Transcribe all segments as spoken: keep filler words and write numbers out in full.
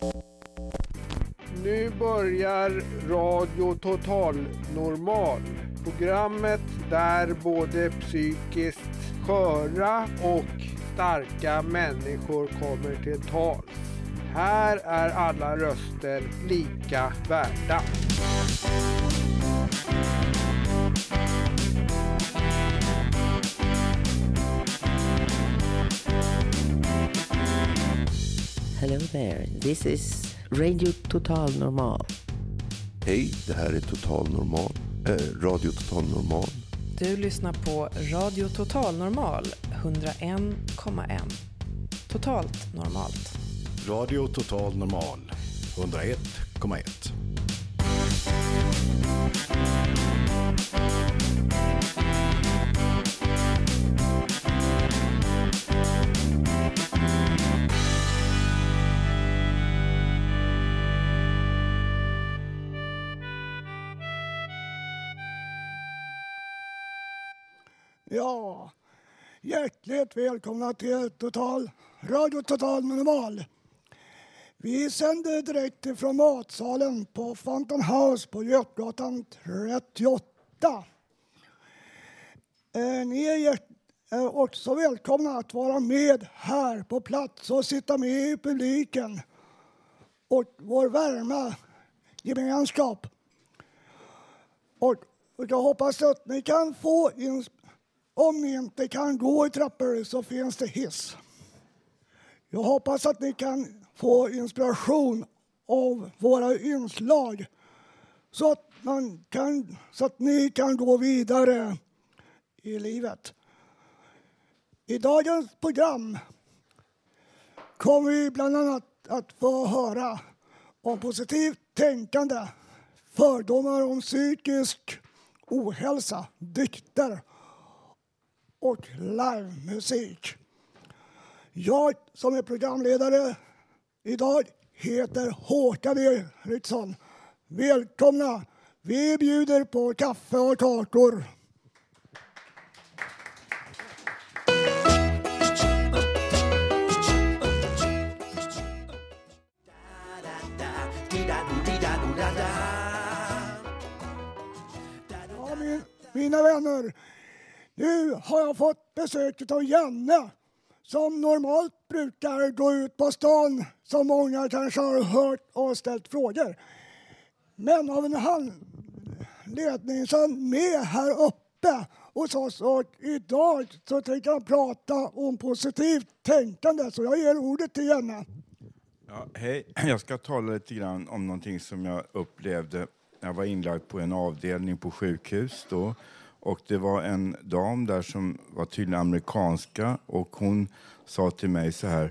Nu börjar Radio Total Normal. Programmet där både psykiskt sköra och starka människor kommer till tals. Här är alla röster lika värda. Hello there, this is Radio Total Normal. Hej, det här är Total Normal, äh, Radio Total Normal. Du lyssnar på Radio Total Normal, hundra en komma ett. Totalt normalt. Radio Total Normal, hundra ett komma ett. Ja, hjärtligt välkomna till Total, Radio Total Normal. Vi sänder direkt från matsalen på Fountain House på Götgatan trettioåtta. Eh, ni är, hjärt- är också välkomna att vara med här på plats och sitta med i publiken och vår varma gemenskap. Och, och jag hoppas att ni kan få inspiration. Om ni inte kan gå i trappor så finns det hiss. Jag hoppas att ni kan få inspiration av våra inslag så att, man kan, så att ni kan gå vidare i livet. I dagens program kommer vi bland annat att få höra om positivt tänkande, fördomar om psykisk ohälsa, dikter och livemusik. Jag som är programledare idag heter Håkan Eriksson. Välkomna! Vi bjuder på kaffe och kakor. Ja, min, mina vänner. Nu har jag fått besök av Janne som normalt brukar gå ut på stan som många kanske har hört och ställt frågor. Men av en handledning så är han med här uppe hos oss och idag så tänker han prata om positivt tänkande så jag ger ordet till Janne. Ja, hej, jag ska tala lite grann om någonting som jag upplevde. Jag var inlagd på en avdelning på sjukhus då. Och det var en dam där som var tydligen amerikanska och hon sa till mig så här: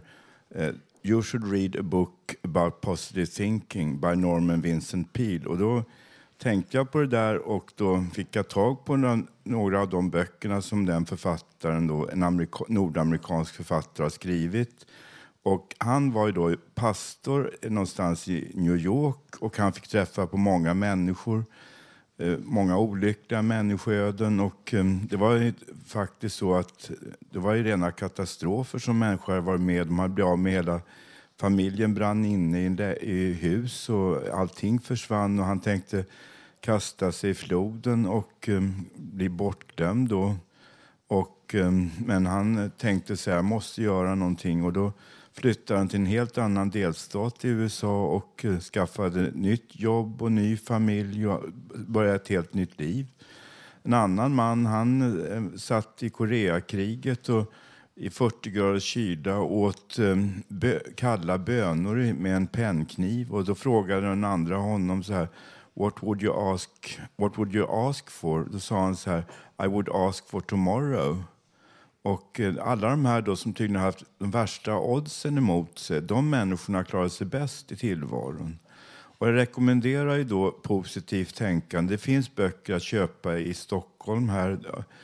You should read a book about positive thinking by Norman Vincent Peale. Och då tänkte jag på det där och då fick jag tag på några, några av de böckerna som den författaren då, en amerika, nordamerikansk författare har skrivit. Och han var ju då pastor någonstans i New York och han fick träffa på många människor. Många olyckliga människoöden och um, det var ju faktiskt så att det var ju rena katastrofer som människor var med. De hade blivit av med hela familjen, brann inne i, i hus och allting försvann och han tänkte kasta sig i floden och um, bli bortdömd då. Och, um, men han tänkte så här, jag måste göra någonting och då flyttade han till en helt annan delstat i U S A och uh, skaffade nytt jobb och ny familj och började ett helt nytt liv. En annan man, han uh, satt i Koreakriget och i fyrtio graders kyla åt um, bö- kalla bönor med en pennkniv och då frågade den andra honom så här: What would you ask, what would you ask for? Då sa han så här: I would ask for tomorrow. Och alla de här då som tydligen har haft de värsta oddsen emot sig, de människorna klarar sig bäst i tillvaron. Och jag rekommenderar ju då positivt tänkande. Det finns böcker att köpa i Stockholm här,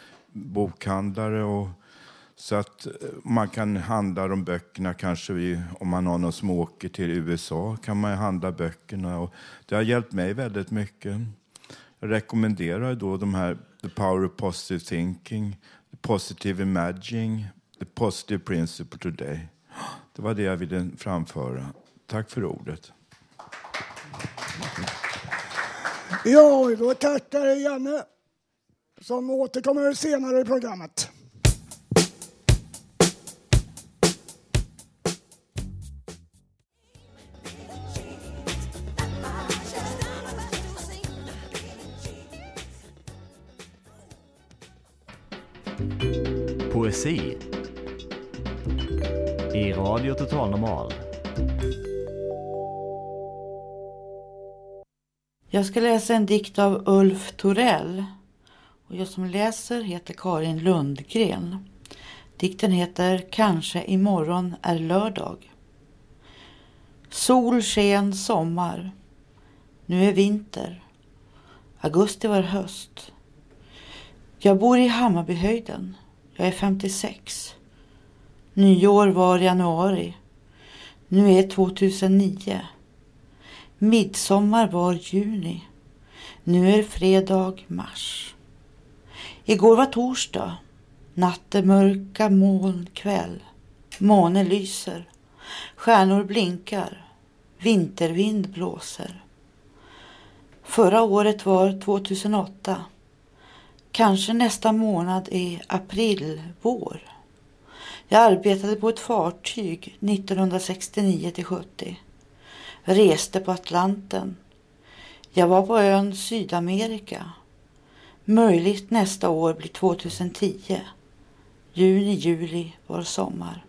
bokhandlare och så att man kan handla de böckerna kanske vi, om man har någon som åker till U S A kan man handla böckerna och det har hjälpt mig väldigt mycket. Jag rekommenderar då de här The Power of Positive Thinking, The Positive Imagining, The Positive Principle Today. Det var det jag ville framföra. Tack för ordet. Ja, då tackar jag Janne som återkommer senare i programmet. Poesi i Radio Total Normal. Jag ska läsa en dikt av Ulf Torell. Och jag som läser heter Karin Lundgren. Dikten heter Kanske imorgon är lördag. Sol, sken, sommar. Nu är vinter. Augusti var höst. Jag bor i Hammarbyhöjden. Jag är femtiosex. Nyår var januari. Nu är tjugohundranio. Midsommar var juni. Nu är fredag mars. Igår var torsdag. Nattemörka molnkväll. Måne lyser. Stjärnor blinkar. Vintervind blåser. Förra året var tjugohundraåtta. Kanske nästa månad är april, vår. Jag arbetade på ett fartyg nittonhundrasextionio till sjuttio. Reste på Atlanten. Jag var på ön Sydamerika. Möjligt nästa år blir tjugohundratio. Juni, juli var sommar.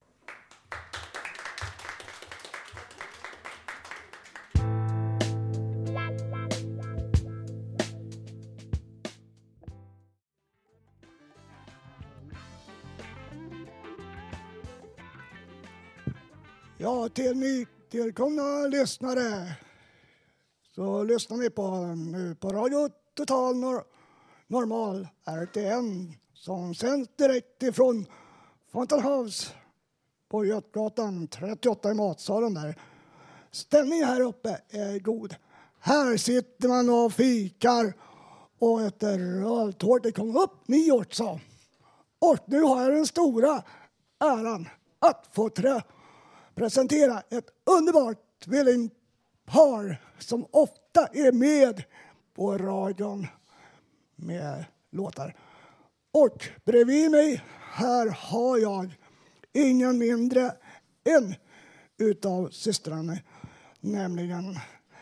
Ja, till ni tillkomna lyssnare så lyssnar ni på, nu på Radio Total Nor- Normal R T N som sänds direkt ifrån Fountain House på Götgatan trettioåtta i matsalen där. Stämningen här uppe är god. Här sitter man och fikar och äter rövtårta. Det kom upp nyår så. Och nu har jag den stora äran att få trä presentera ett underbart tvillingpar som ofta är med på radion med låtar. Och bredvid mig här har jag ingen mindre än utav systrarna, nämligen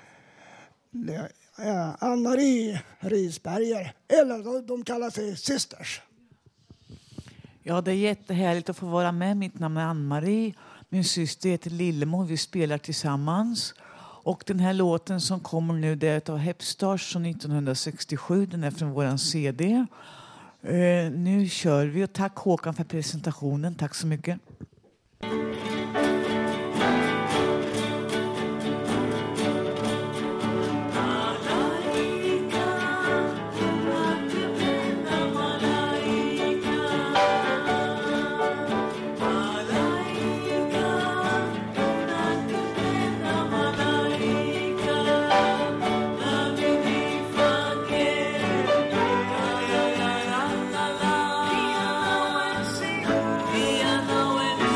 Ann-Marie Risberger, eller de kallar sig Sisters. Ja, det är jättehärligt att få vara med. Mitt namn är Ann-Marie. Min syster heter Lillemor. Vi spelar tillsammans. Och den här låten som kommer nu, det är av Hepstars från nittonhundrasextiosju. Den är från våran C D. Uh, nu kör vi. Och tack Håkan för presentationen. Tack så mycket. We are going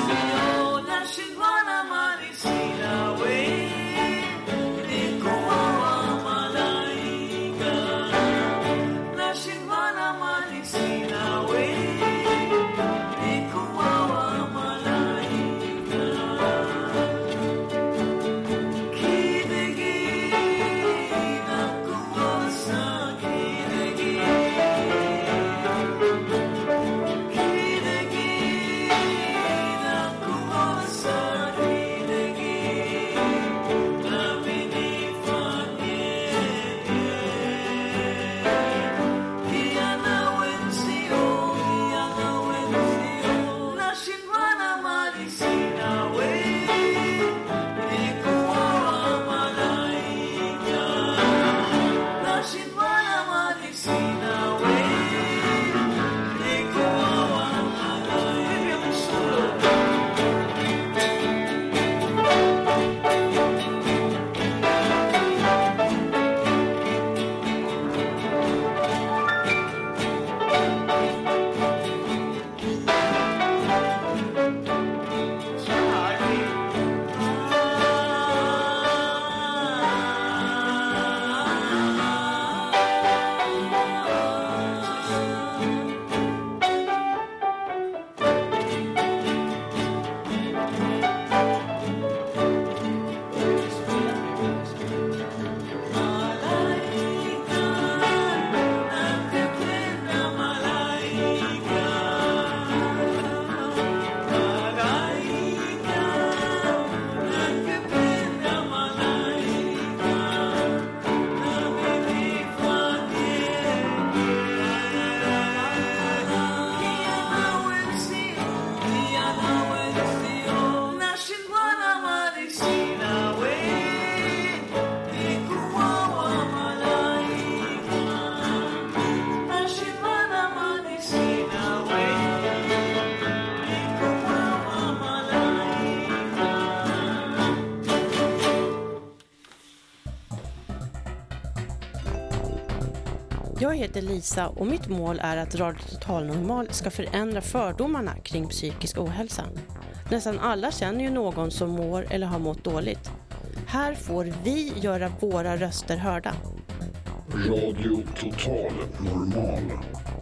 Jag heter Lisa och mitt mål är att Radio Total Normal ska förändra fördomarna kring psykisk ohälsa. Nästan alla känner ju någon som mår eller har mått dåligt. Här får vi göra våra röster hörda. Radio Total Normal.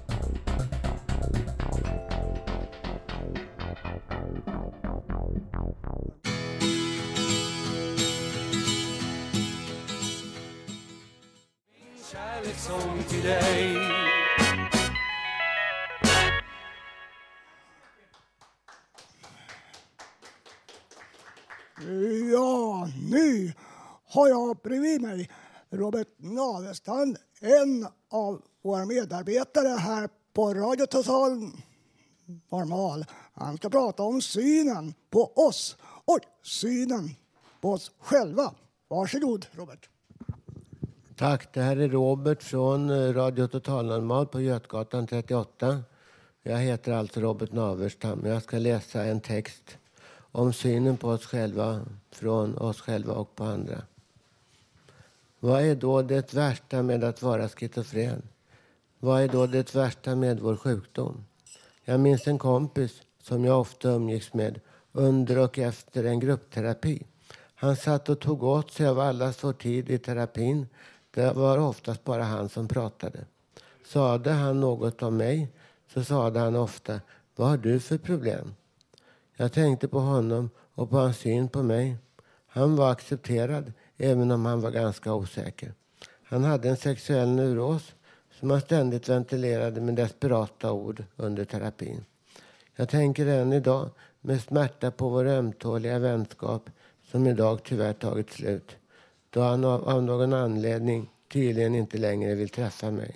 Kärlekssång till dig. Ja, nu har jag bredvid mig Robert Navestam, en av våra medarbetare här på Radio Total Normal. Han ska prata om synen på oss och synen på oss själva. Varsågod, Robert. Tack, det här är Robert från Radio Total Normal på Götgatan trettioåtta. Jag heter alltså Robert Navestam. Jag ska läsa en text om synen på oss själva, från oss själva och på andra. Vad är då det värsta med att vara schizofren? Vad är då det värsta med vår sjukdom? Jag minns en kompis som jag ofta umgicks med under och efter en gruppterapi. Han satt och tog åt sig av allas vår tid i terapin. Det var oftast bara han som pratade. Sade han något om mig så sade han ofta, vad har du för problem? Jag tänkte på honom och på hans syn på mig. Han var accepterad även om han var ganska osäker. Han hade en sexuell neuros som han ständigt ventilerade med desperata ord under terapin. Jag tänker än idag med smärta på vår ömtåliga vänskap som idag tyvärr tagit slut. Då han av, av någon anledning tydligen inte längre vill träffa mig.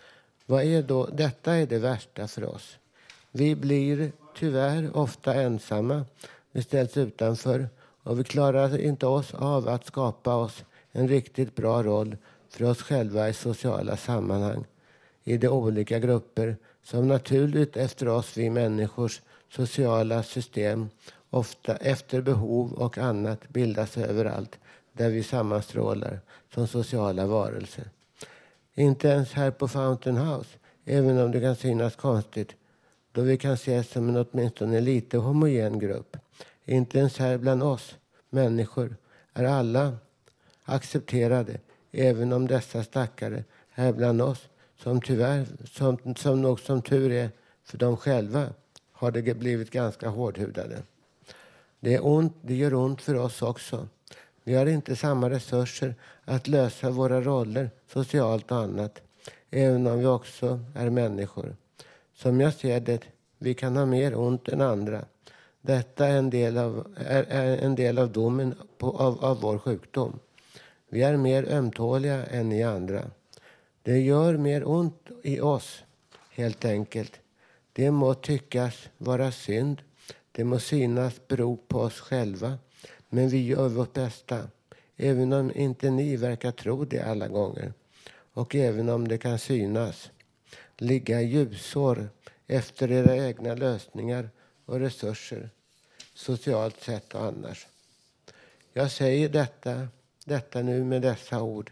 Vad är då? Detta är det värsta för oss. Vi blir tyvärr ofta ensamma. Vi ställs utanför och vi klarar inte oss av att skapa oss en riktigt bra roll för oss själva i sociala sammanhang. I de olika grupper som naturligt efter oss vi människors sociala system ofta efter behov och annat bildas överallt där vi sammanstrålar som sociala varelser. Inte ens här på Fountain House, även om det kan synas konstigt, då vi kan ses som en åtminstone lite homogen grupp. Inte ens här bland oss människor är alla accepterade, även om dessa stackare här bland oss, som tyvärr, som, som nog som tur är för dem själva, har det blivit ganska hårdhudade. Det är ont, det gör ont för oss också. Vi har inte samma resurser att lösa våra roller, socialt och annat, även om vi också är människor. Som jag ser det, vi kan ha mer ont än andra. Detta är en del av, är, är en del av domen på, av, av vår sjukdom. Vi är mer ömtåliga än i andra. Det gör mer ont i oss, helt enkelt. Det må tyckas vara synd. Det må synas bero på oss själva. Men vi gör vårt bästa. Även om inte ni verkar tro det alla gånger. Och även om det kan synas ligga ljusår efter era egna lösningar och resurser. Socialt sett och annars. Jag säger detta, detta nu med dessa ord.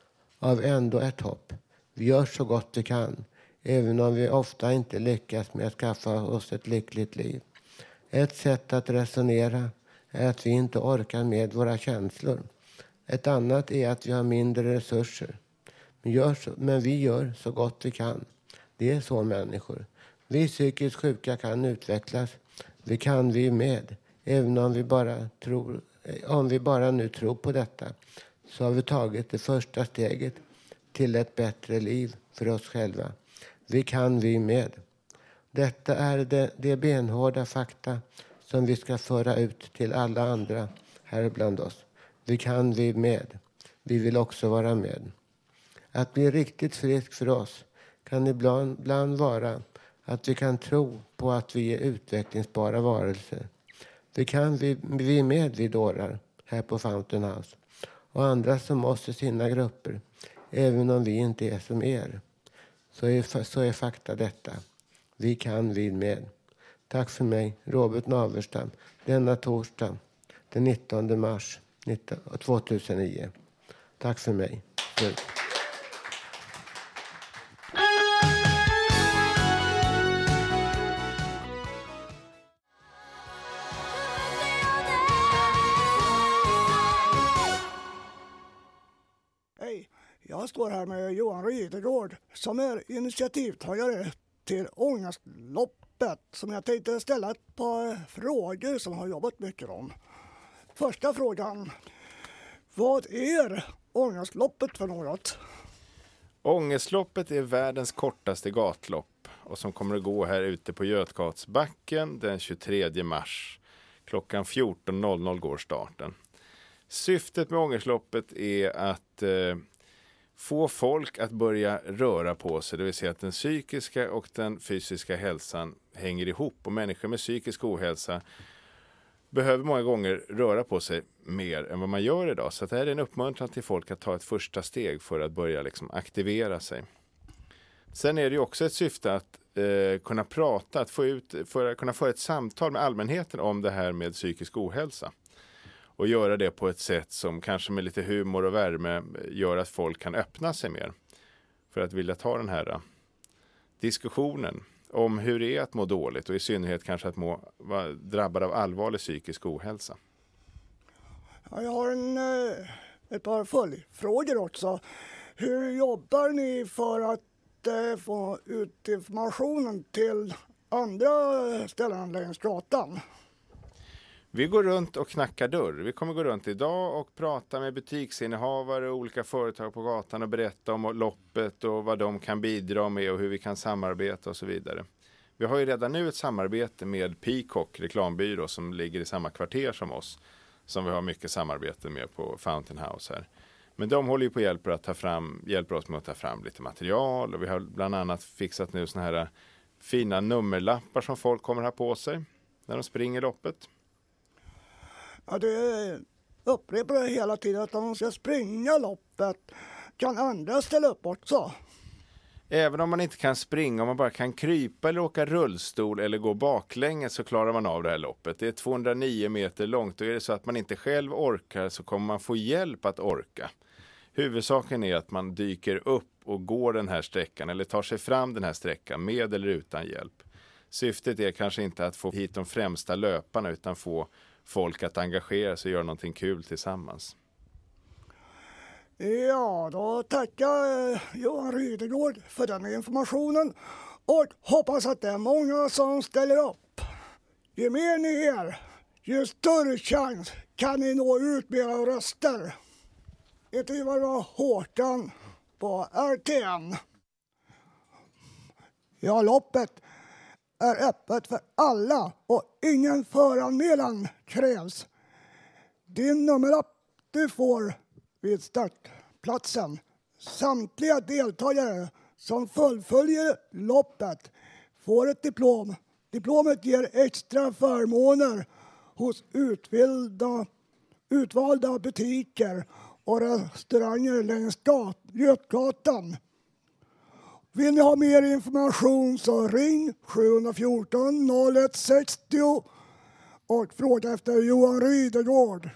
Av ändå ett hopp. Vi gör så gott vi kan. Även om vi ofta inte lyckas med att skaffa oss ett lyckligt liv. Ett sätt att resonera är att vi inte orkar med våra känslor. Ett annat är att vi har mindre resurser. Men, gör så, men vi gör så gott vi kan. Det är så människor. Vi psykiskt sjuka kan utvecklas. Vi kan vi med. Även om vi bara tror, om vi bara nu tror på detta. Så har vi tagit det första steget till ett bättre liv för oss själva. Vi kan vi med. Detta är det, det benhårda fakta som vi ska föra ut till alla andra här bland oss. Vi kan vi med. Vi vill också vara med. Att bli riktigt frisk för oss kan ibland, ibland vara att vi kan tro på att vi är utvecklingsbara varelser. Vi kan vi, vi med vi dårar här på Fountain House. Och andra som oss i sina grupper. Även om vi inte är som er. Så är, så är fakta detta. Vi kan vi med. Tack för mig, Robert Navestam. Denna torsdag, den nittonde mars tvåtusenio. Tack för mig. Slut. Jag står här med Johan Rydegård som är initiativtagare till Ångestloppet som jag tänkte ställa ett par frågor som har jobbat mycket om. Första frågan, vad är Ångestloppet för något? Ångestloppet är världens kortaste gatlopp och som kommer att gå här ute på Götgatsbacken den tjugotredje mars. Klockan fjorton noll noll går starten. Syftet med Ångestloppet är att eh, få folk att börja röra på sig. Det vill säga att den psykiska och den fysiska hälsan hänger ihop. Och människor med psykisk ohälsa behöver många gånger röra på sig mer än vad man gör idag. Så det här är en uppmuntran till folk att ta ett första steg för att börja liksom aktivera sig. Sen är det ju också ett syfte att eh, kunna prata, att få ut, för att kunna få ett samtal med allmänheten om det här med psykisk ohälsa. Och göra det på ett sätt som kanske med lite humor och värme gör att folk kan öppna sig mer. För att vilja ta den här diskussionen om hur det är att må dåligt och i synnerhet kanske att må, vara drabbad av allvarlig psykisk ohälsa. Ja, jag har en, ett par följdfrågor också. Hur jobbar ni för att eh, få ut informationen till andra ställen längs gatan? Vi går runt och knackar dörr. Vi kommer gå runt idag och prata med butiksinnehavare och olika företag på gatan och berätta om loppet och vad de kan bidra med och hur vi kan samarbeta och så vidare. Vi har ju redan nu ett samarbete med Peacock reklambyrå som ligger i samma kvarter som oss, som vi har mycket samarbete med på Fountain House här. Men de håller ju på hjälper att ta fram, hjälper oss med att ta fram lite material och vi har bland annat fixat nu såna här fina nummerlappar som folk kommer ha på sig när de springer loppet. Ja, det upprepar jag hela tiden att om de ska springa loppet kan andra ställa upp också. Även om man inte kan springa, om man bara kan krypa eller åka rullstol eller gå baklänges så klarar man av det här loppet. Det är tvåhundranio meter långt och är det så att man inte själv orkar så kommer man få hjälp att orka. Huvudsaken är att man dyker upp och går den här sträckan eller tar sig fram den här sträckan med eller utan hjälp. Syftet är kanske inte att få hit de främsta löparna utan få folk att engagera sig och göra någonting kul tillsammans. Ja, då tackar Johan Rydegård för den informationen och hoppas att det är många som ställer upp. Ju mer ni är, ju större chans kan ni nå ut med era röster. Intervjuar var Håkan på R T N. Ja, loppet är öppet för alla och ingen föranmälan krävs. Din nummerlapp du får vid startplatsen. Samtliga deltagare som fullföljer loppet får ett diplom. Diplomet ger extra förmåner hos utvalda, utvalda butiker och restauranger längs gat, Götgatan. Vill ni ha mer information så ring sju ett fyra noll ett sex zero och fråga efter Johan Rydegård.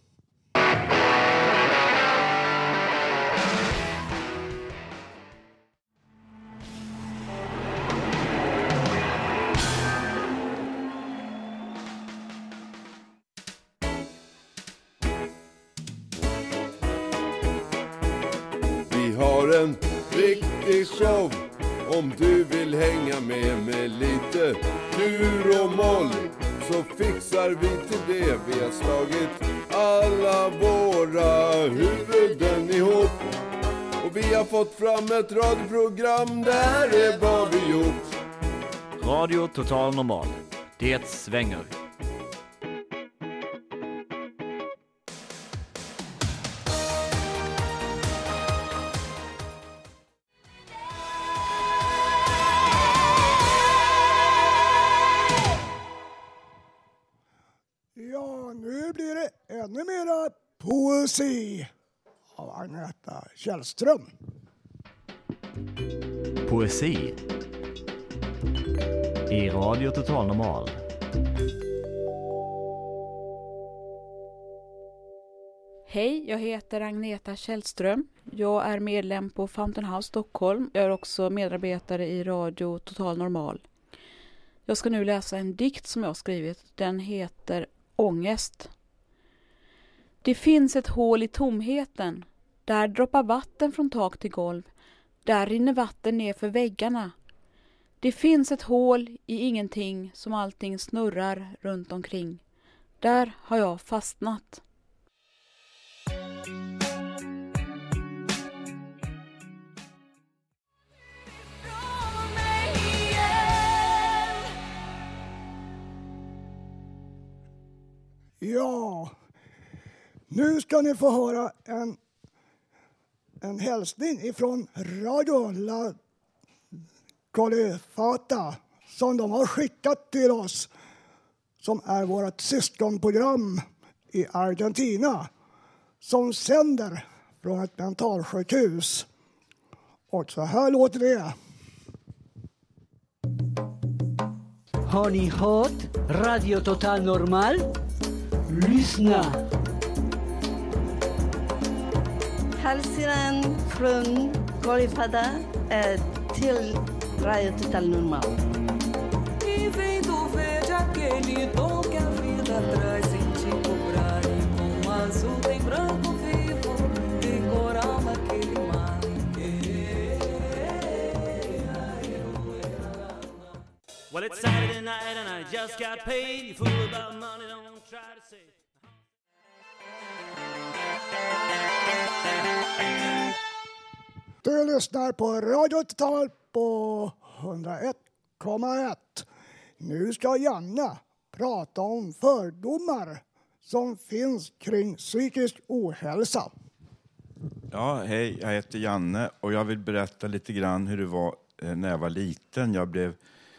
Vi har en riktig show om du vill hänga med med lite dur och moll så fixar vi till det. Vi har slagit alla våra huvuden ihop och vi har fått fram ett radioprogram, det här är vad vi gjort. Radio Total Normal. Det svänger. Ja, nu blir det ännu mera poesi av Agneta Källström. Poesi i Radio Total Normal. Hej, jag heter Agneta Källström. Jag är medlem på Fountain House Stockholm. Jag är också medarbetare i Radio Total Normal. Jag ska nu läsa en dikt som jag har skrivit. Den heter Ångest. Det finns ett hål i tomheten Där droppar vatten från tak till golv. Där rinner vatten ner för väggarna. Det finns ett hål i ingenting som allting snurrar runt omkring. Där har jag fastnat. Ja, nu ska ni få höra en, en hälsning ifrån Radio La Califata som de har skickat till oss, som är vårt syskonprogram i Argentina som sänder från ett mentalsjukhus. Och så här låter det. Har ni hört Radio Total Normal? Lyssna! Hälsningen från Califata till Radio Total Normal. E vendo verde aquele tom que a vida traz sem te cobrar. E com azul tem branco vivo e coral naquele mar. Well, it's Saturday night and I just got paid. You fool about money, don't try to say. Du lyssnar på Radio Total på hundraett komma ett. Nu ska Janne prata om fördomar som finns kring psykisk ohälsa. Ja, hej, jag heter Janne och jag vill berätta lite grann hur det var när jag var liten. Jag blev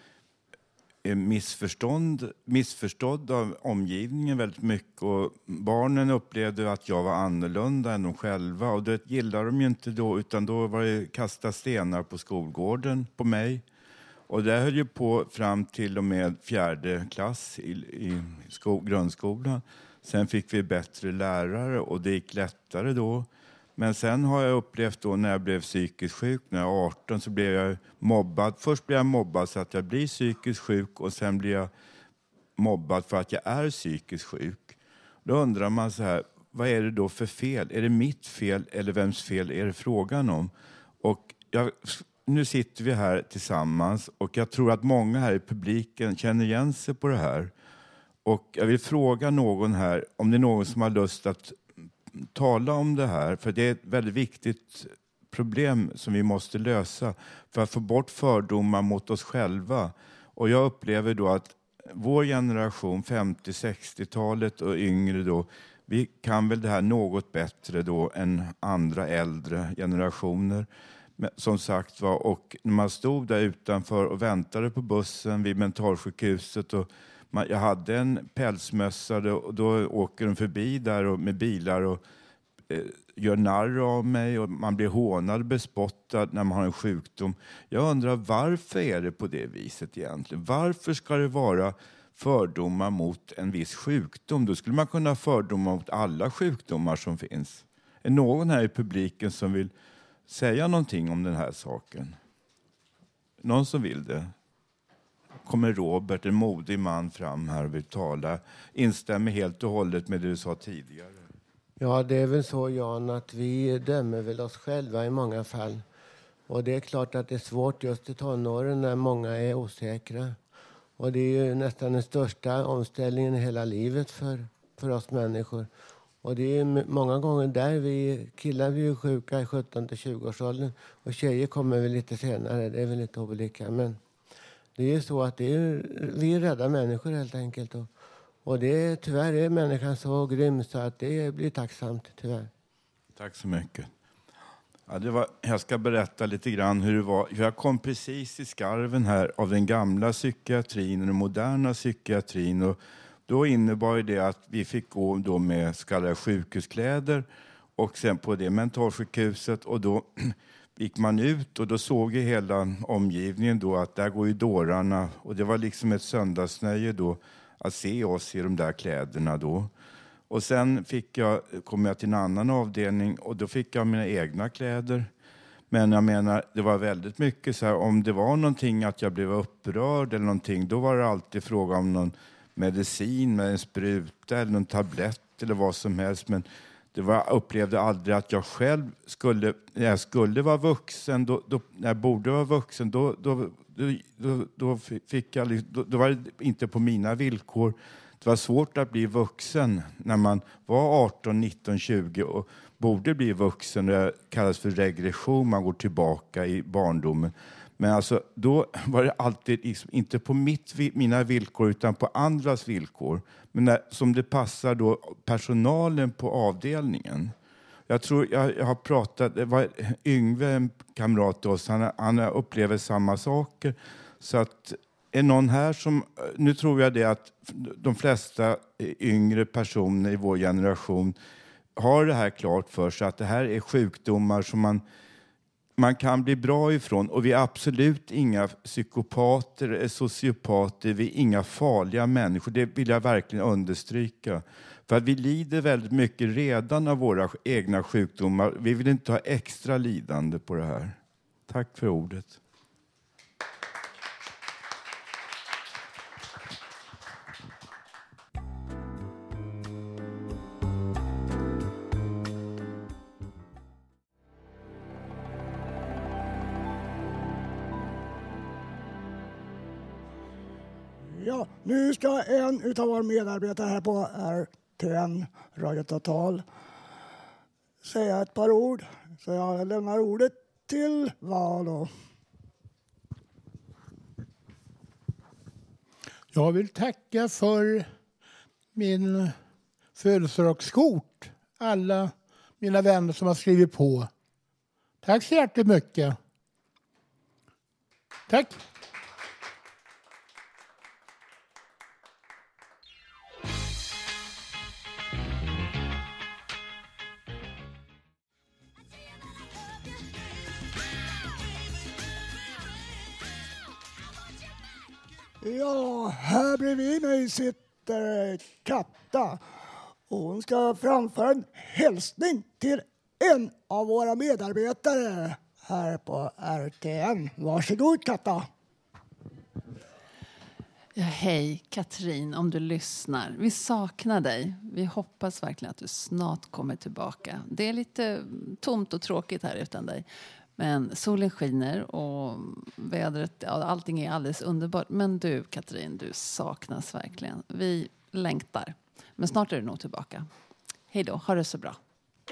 missförstånd, missförstådd av omgivningen väldigt mycket och barnen upplevde att jag var annorlunda än de själva och det gillade de ju inte då, utan då var det kasta stenar på skolgården på mig. Och det höll ju på fram till och med fjärde klass i, i sko, grundskolan. Sen fick vi bättre lärare och det gick lättare då. Men sen har jag upplevt då när jag blev psykiskt sjuk, när jag var arton, så blev jag mobbad. Först blev jag mobbad så att jag blir psykiskt sjuk och sen blir jag mobbad för att jag är psykiskt sjuk. Då undrar man så här, vad är det då för fel? Är det mitt fel eller vems fel är det frågan om? Och jag, nu sitter vi här tillsammans och jag tror att många här i publiken känner igen sig på det här. Och jag vill fråga någon här om det är någon som har lust att tala om det här, för det är ett väldigt viktigt problem som vi måste lösa för att få bort fördomar mot oss själva. Och jag upplever då att vår generation, femtio-sextiotalet och yngre då, vi kan väl det här något bättre då än andra äldre generationer. Men, som sagt var, och när man stod där utanför och väntade på bussen vid mentalsjukhuset och man, jag hade en pälsmössa och då åker de förbi där och, med bilar och eh, gör narr av mig och man blir hånad, bespottad när man har en sjukdom. Jag undrar, varför är det på det viset egentligen? Varför ska det vara fördomar mot en viss sjukdom? Då skulle man kunna ha fördomar mot alla sjukdomar som finns. Är någon här i publiken som vill säga någonting om den här saken? Någon som vill det? Kommer Robert, en modig man, fram här och vill tala. Instämmer helt och hållet med det du sa tidigare. Ja, det är väl så, Jan, att vi dömer väl oss själva i många fall. Och det är klart att det är svårt just i tonåren när många är osäkra. Och det är ju nästan den största omställningen i hela livet för, för oss människor. Och det är många gånger där vi killar vi är sjuka i sjutton till tjugo årsåldern och tjejer kommer väl lite senare, det är väl lite olika. Men det är så att det är, vi är rädda människor helt enkelt. Och, och det är, tyvärr är människan så grym så att det blir tacksamt, tyvärr. Tack så mycket. Ja, det var, jag ska berätta lite grann hur det var. Jag kom precis i skarven här av den gamla psykiatrin och den moderna psykiatrin. Och då innebar det att vi fick gå då med så kallade sjukhuskläder och sen på det mentalsjukhuset. Och då gick man ut och då såg ju hela omgivningen då att där går ju dårarna. Och det var liksom ett söndagsnöje då att se oss i de där kläderna då. Och sen fick jag, kom jag till en annan avdelning och då fick jag mina egna kläder. Men jag menar, det var väldigt mycket så här, om det var någonting att jag blev upprörd eller någonting, då var det alltid fråga om någon medicin med en spruta eller någon tablett eller vad som helst. Men Det var, jag upplevde aldrig att jag själv skulle, när jag skulle vara vuxen, då, då, när jag borde vara vuxen, då, då, då, då, då fick jag, då, då var det inte på mina villkor. Det var svårt att bli vuxen när man var arton, nitton, tjugo och borde bli vuxen. Det kallas för regression, man går tillbaka i barndomen. Men alltså, då var det alltid liksom, inte på mitt, mina villkor utan på andras villkor. Men när, som det passar då personalen på avdelningen. Jag tror jag, jag har pratat, det var Yngve, en kamrat till oss, han, han upplever samma saker. Så att är någon här som, nu tror jag det att de flesta yngre personer i vår generation har det här klart för sig, att det här är sjukdomar som man man kan bli bra ifrån, och vi är absolut inga psykopater, sociopater, vi är inga farliga människor. Det vill jag verkligen understryka. För att vi lider väldigt mycket redan av våra egna sjukdomar. Vi vill inte ha extra lidande på det här. Tack för ordet. Ja, nu ska en utav våra medarbetare här på R T N, Radio Total, säga ett par ord. Så jag lämnar ordet till Valo. Jag vill tacka för min födelsedagskort. Alla mina vänner som har skrivit på. Tack så hjärtligt mycket. Tack. Ja, här bredvid mig sitter Katta. Och hon ska framföra en hälsning till en av våra medarbetare här på R T N. Varsågod Katta. Ja, hej Katrin, om du lyssnar. Vi saknar dig. Vi hoppas verkligen att du snart kommer tillbaka. Det är lite tomt och tråkigt här utan dig. Men solen skiner och vädret, ja, allting är alldeles underbart. Men du Katrin, du saknas verkligen. Vi längtar. Men snart är du nog tillbaka. Hej då, ha det så bra.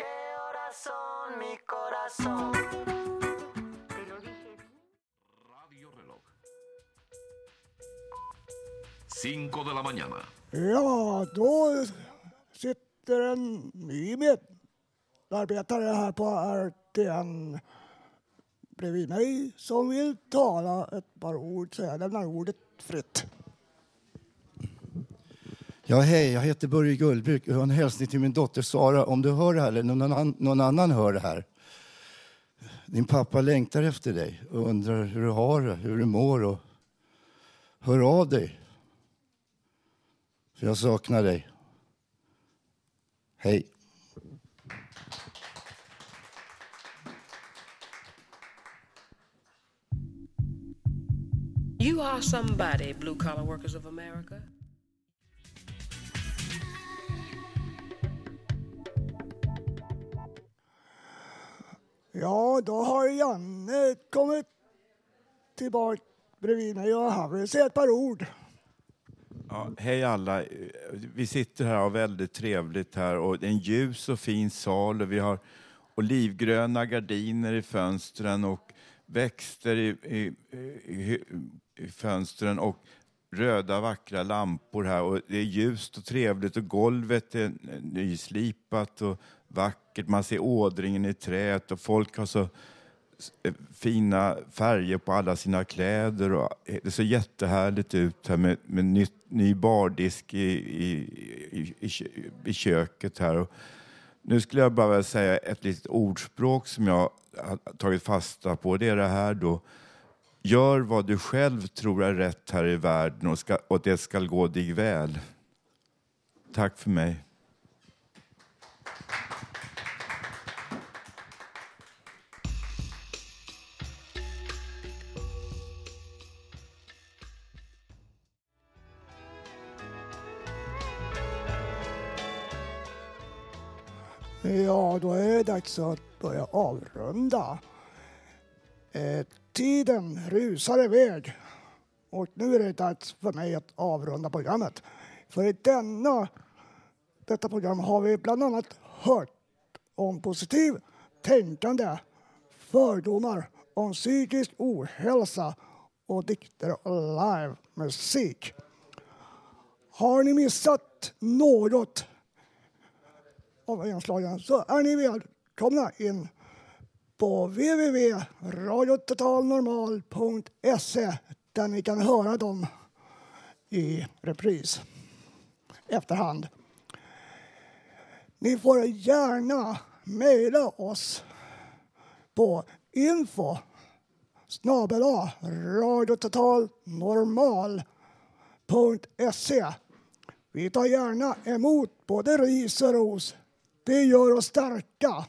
Cinco de la mañana. Ja, då sitter en ny medarbetare här på R T N bredvid mig som vill tala ett par ord, så jag lämnar ordet fritt. Ja, hej, jag heter Börje Gullbruk. Jag har en hälsning till min dotter Sara. Om du hör det här eller någon annan, någon annan hör det här. Din pappa längtar efter dig och undrar hur du har det, hur du mår, och hör av dig. För jag saknar dig. Hej. You are somebody, blue collar workers of America. Ja, då har Janne kommit tillbaka bredvid mig och han vill säga ett par ord. Ja, hej alla. Vi sitter här och har väldigt trevligt här, och det är en ljus och fin sal, och vi har olivgröna gardiner i fönstren och växter i, i, i, i fönstren och röda vackra lampor här, och det är ljust och trevligt och golvet är nyslipat och vackert. Man ser ådringen i träet och folk har så fina färger på alla sina kläder, och det ser jättehärligt ut här med, med nytt, ny bardisk i, i, i, i, i köket här. Och nu skulle jag bara säga ett litet ordspråk som jag har tagit fasta på. Det är det här då: gör vad du själv tror är rätt här i världen, och, ska, och det ska gå dig väl. Tack för mig. Ja, då är det dags att börja avrunda. Eh, tiden rusar iväg. Och nu är det dags för mig att avrunda programmet. För i denna, detta program har vi bland annat hört om positiv tänkande, fördomar om psykisk ohälsa och dikter och live-musik. Har ni missat något av inslagen så är ni välkomna in på w w w punkt radio total normal punkt se där ni kan höra dem i repris efterhand. Ni får gärna mejla oss på info snabel-a radio total normal punkt se. Vi tar gärna emot både ris och ros. Det gör oss starka.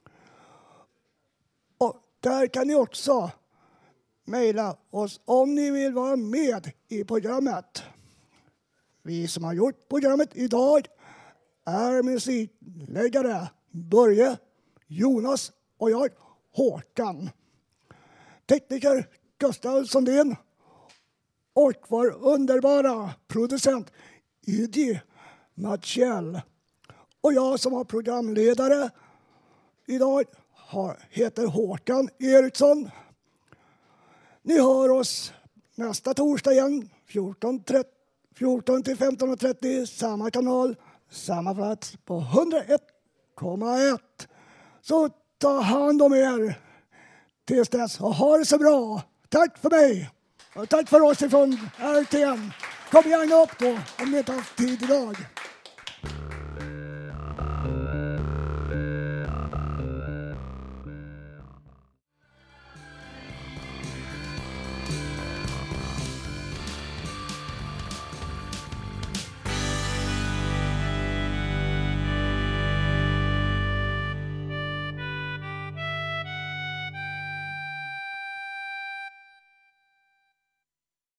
Och där kan ni också mejla oss om ni vill vara med i programmet. Vi som har gjort programmet idag är musikläggare Börje, Jonas och jag, Håkan. Tekniker Gustav Sundén och vår underbara producent Idi Matchell. Och jag som var programledare idag har, heter Håkan Eriksson. Ni hör oss nästa torsdag igen, fjorton till femton trettio, samma kanal, samma plats på hundra ett komma ett. Så ta hand om er tills dess och ha det så bra. Tack för mig och tack för oss ifrån R T M. Kom gärna upp då om ni inte har haft tid idag.